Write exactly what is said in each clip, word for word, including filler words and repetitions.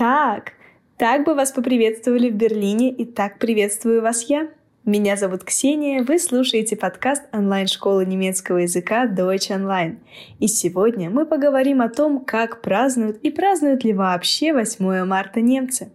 Так, так бы вас поприветствовали в Берлине, и так приветствую вас я. Меня зовут Ксения, вы слушаете подкаст онлайн-школы немецкого языка Deutsch Online. И сегодня мы поговорим о том, как празднуют и празднуют ли вообще восьмое марта немцы.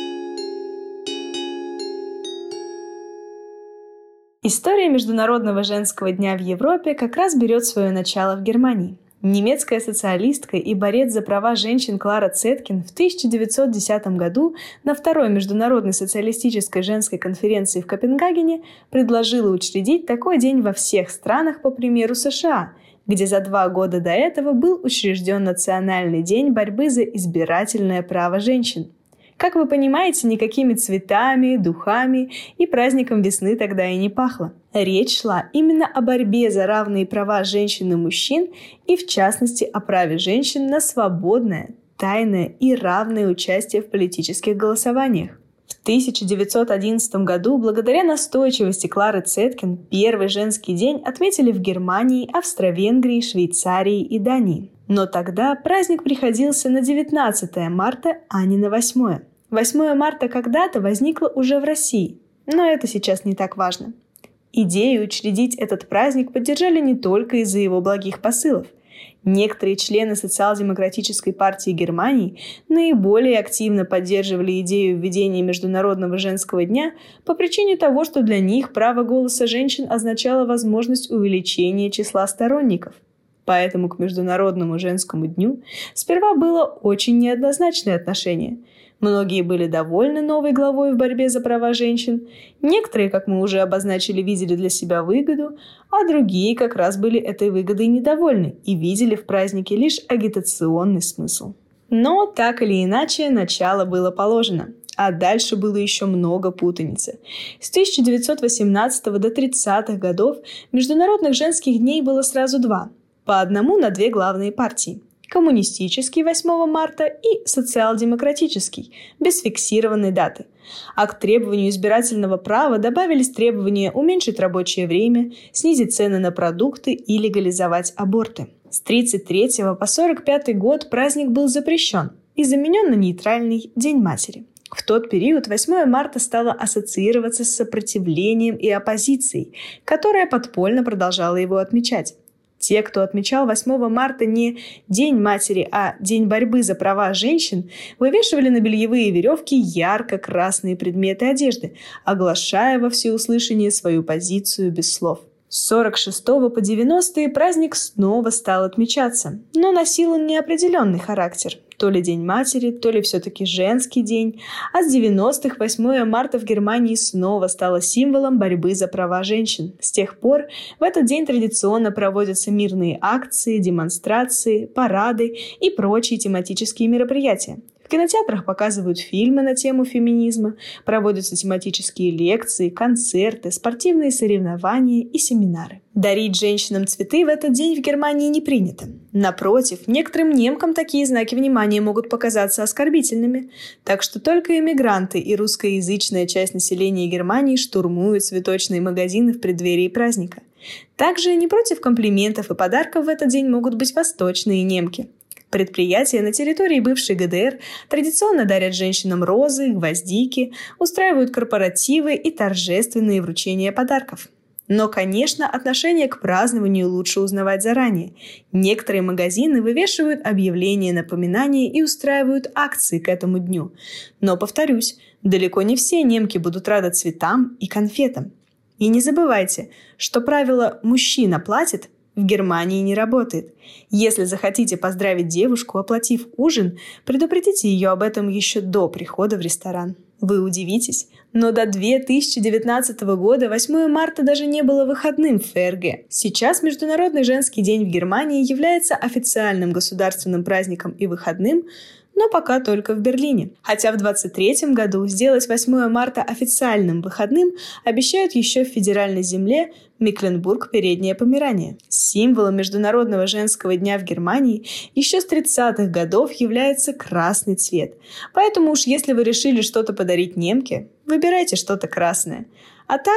История Международного женского дня в Европе как раз берет свое начало в Германии. Немецкая социалистка и борец за права женщин Клара Цеткин в тысяча девятьсот десятом году на Второй международной социалистической женской конференции в Копенгагене предложила учредить такой день во всех странах по примеру США, где за два года до этого был учрежден Национальный день борьбы за избирательное право женщин. Как вы понимаете, никакими цветами, духами и праздником весны тогда и не пахло. Речь шла именно о борьбе за равные права женщин и мужчин и, в частности, о праве женщин на свободное, тайное и равное участие в политических голосованиях. В тысяча девятьсот одиннадцатом году, благодаря настойчивости Клары Цеткин, первый женский день отметили в Германии, Австро-Венгрии, Швейцарии и Дании. Но тогда праздник приходился на девятнадцатое марта, а не на восьмое. восьмое марта когда-то возникло уже в России, но это сейчас не так важно. Идею учредить этот праздник поддержали не только из-за его благих посылов. Некоторые члены Социал-демократической партии Германии наиболее активно поддерживали идею введения Международного женского дня по причине того, что для них право голоса женщин означало возможность увеличения числа сторонников. Поэтому к Международному женскому дню сперва было очень неоднозначное отношение. Многие были довольны новой главой в борьбе за права женщин, некоторые, как мы уже обозначили, видели для себя выгоду, а другие как раз были этой выгодой недовольны и видели в празднике лишь агитационный смысл. Но так или иначе, начало было положено. А дальше было еще много путаницы. С тысяча девятьсот восемнадцатого до тридцатых годов международных женских дней было сразу два. По одному на две главные партии. Коммунистический восьмого марта и социал-демократический, без фиксированной даты. А к требованию избирательного права добавились требования уменьшить рабочее время, снизить цены на продукты и легализовать аборты. С тридцать третьего по сорок пятый год праздник был запрещен и заменен на нейтральный День матери. В тот период восьмое марта стало ассоциироваться с сопротивлением и оппозицией, которая подпольно продолжала его отмечать. Те, кто отмечал восьмого марта не День матери, а День борьбы за права женщин, вывешивали на бельевые веревки ярко-красные предметы одежды, оглашая во всеуслышание свою позицию без слов. С сорок шестого по девяностые праздник снова стал отмечаться, но носил он неопределенный характер. То ли День матери, то ли все-таки женский день. А с девяностых восьмое марта в Германии снова стало символом борьбы за права женщин. С тех пор в этот день традиционно проводятся мирные акции, демонстрации, парады и прочие тематические мероприятия. В кинотеатрах показывают фильмы на тему феминизма, проводятся тематические лекции, концерты, спортивные соревнования и семинары. Дарить женщинам цветы в этот день в Германии не принято. Напротив, некоторым немкам такие знаки внимания могут показаться оскорбительными, так что только иммигранты и русскоязычная часть населения Германии штурмуют цветочные магазины в преддверии праздника. Также не против комплиментов и подарков в этот день могут быть восточные немки. Предприятия на территории бывшей ГДР традиционно дарят женщинам розы, гвоздики, устраивают корпоративы и торжественные вручения подарков. Но, конечно, отношение к празднованию лучше узнавать заранее. Некоторые магазины вывешивают объявления, напоминания и устраивают акции к этому дню. Но, повторюсь, далеко не все немки будут рады цветам и конфетам. И не забывайте, что правило «мужчина платит» в Германии не работает. Если захотите поздравить девушку, оплатив ужин, предупредите ее об этом еще до прихода в ресторан. Вы удивитесь, но до две тысячи девятнадцатого года восьмое марта даже не было выходным в ФРГ. Сейчас Международный женский день в Германии является официальным государственным праздником и выходным, но пока только в Берлине. Хотя в двадцать третьем году сделать восьмое марта официальным выходным обещают еще в федеральной земле Мекленбург-Переднее Померания. Символом Международного женского дня в Германии еще с тридцатых годов является красный цвет. Поэтому уж если вы решили что-то подарить немке, выбирайте что-то красное. А так,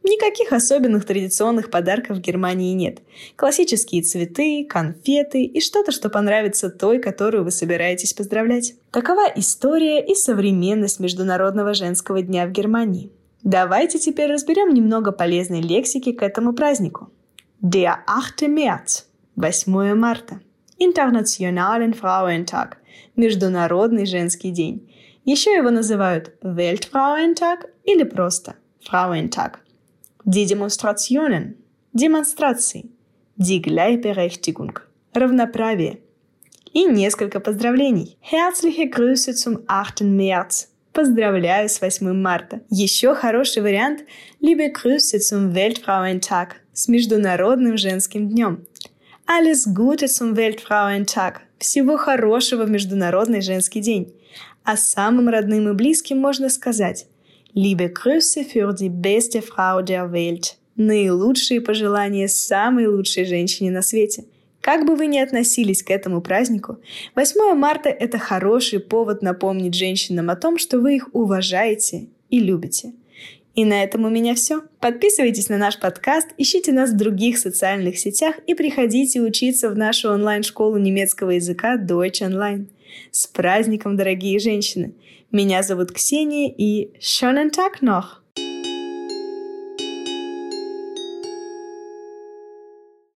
Никаких особенных традиционных подарков в Германии нет. Классические цветы, конфеты и что-то, что понравится той, которую вы собираетесь поздравлять. Такова история и современность Международного женского дня в Германии. Давайте теперь разберем немного полезной лексики к этому празднику. Der achte März, восьмое марта. Internationalen Frauentag, Международный женский день. Еще его называют Weltfrauentag или просто Frauentag. Die Demonstrationen, демонстрации, die Gleichberechtigung, равноправие. И несколько поздравлений. Herzliche Grüße zum achten März. Поздравляю с восьмым марта. Еще хороший вариант Liebe Grüße zum Weltfrauentag с Международным женским днем. Alles Gute zum Weltfrauentag. Всего хорошего в Международный женский день. А самым родным и близким можно сказать Liebe Grüße für die beste Frau der Welt. Наилучшие пожелания самой лучшей женщине на свете. Как бы вы ни относились к этому празднику, восьмое марта – это хороший повод напомнить женщинам о том, что вы их уважаете и любите. И на этом у меня все. Подписывайтесь на наш подкаст, ищите нас в других социальных сетях и приходите учиться в нашу онлайн-школу немецкого языка Deutsch Online. С праздником, дорогие женщины! Меня зовут Ксения и schönen Tag noch!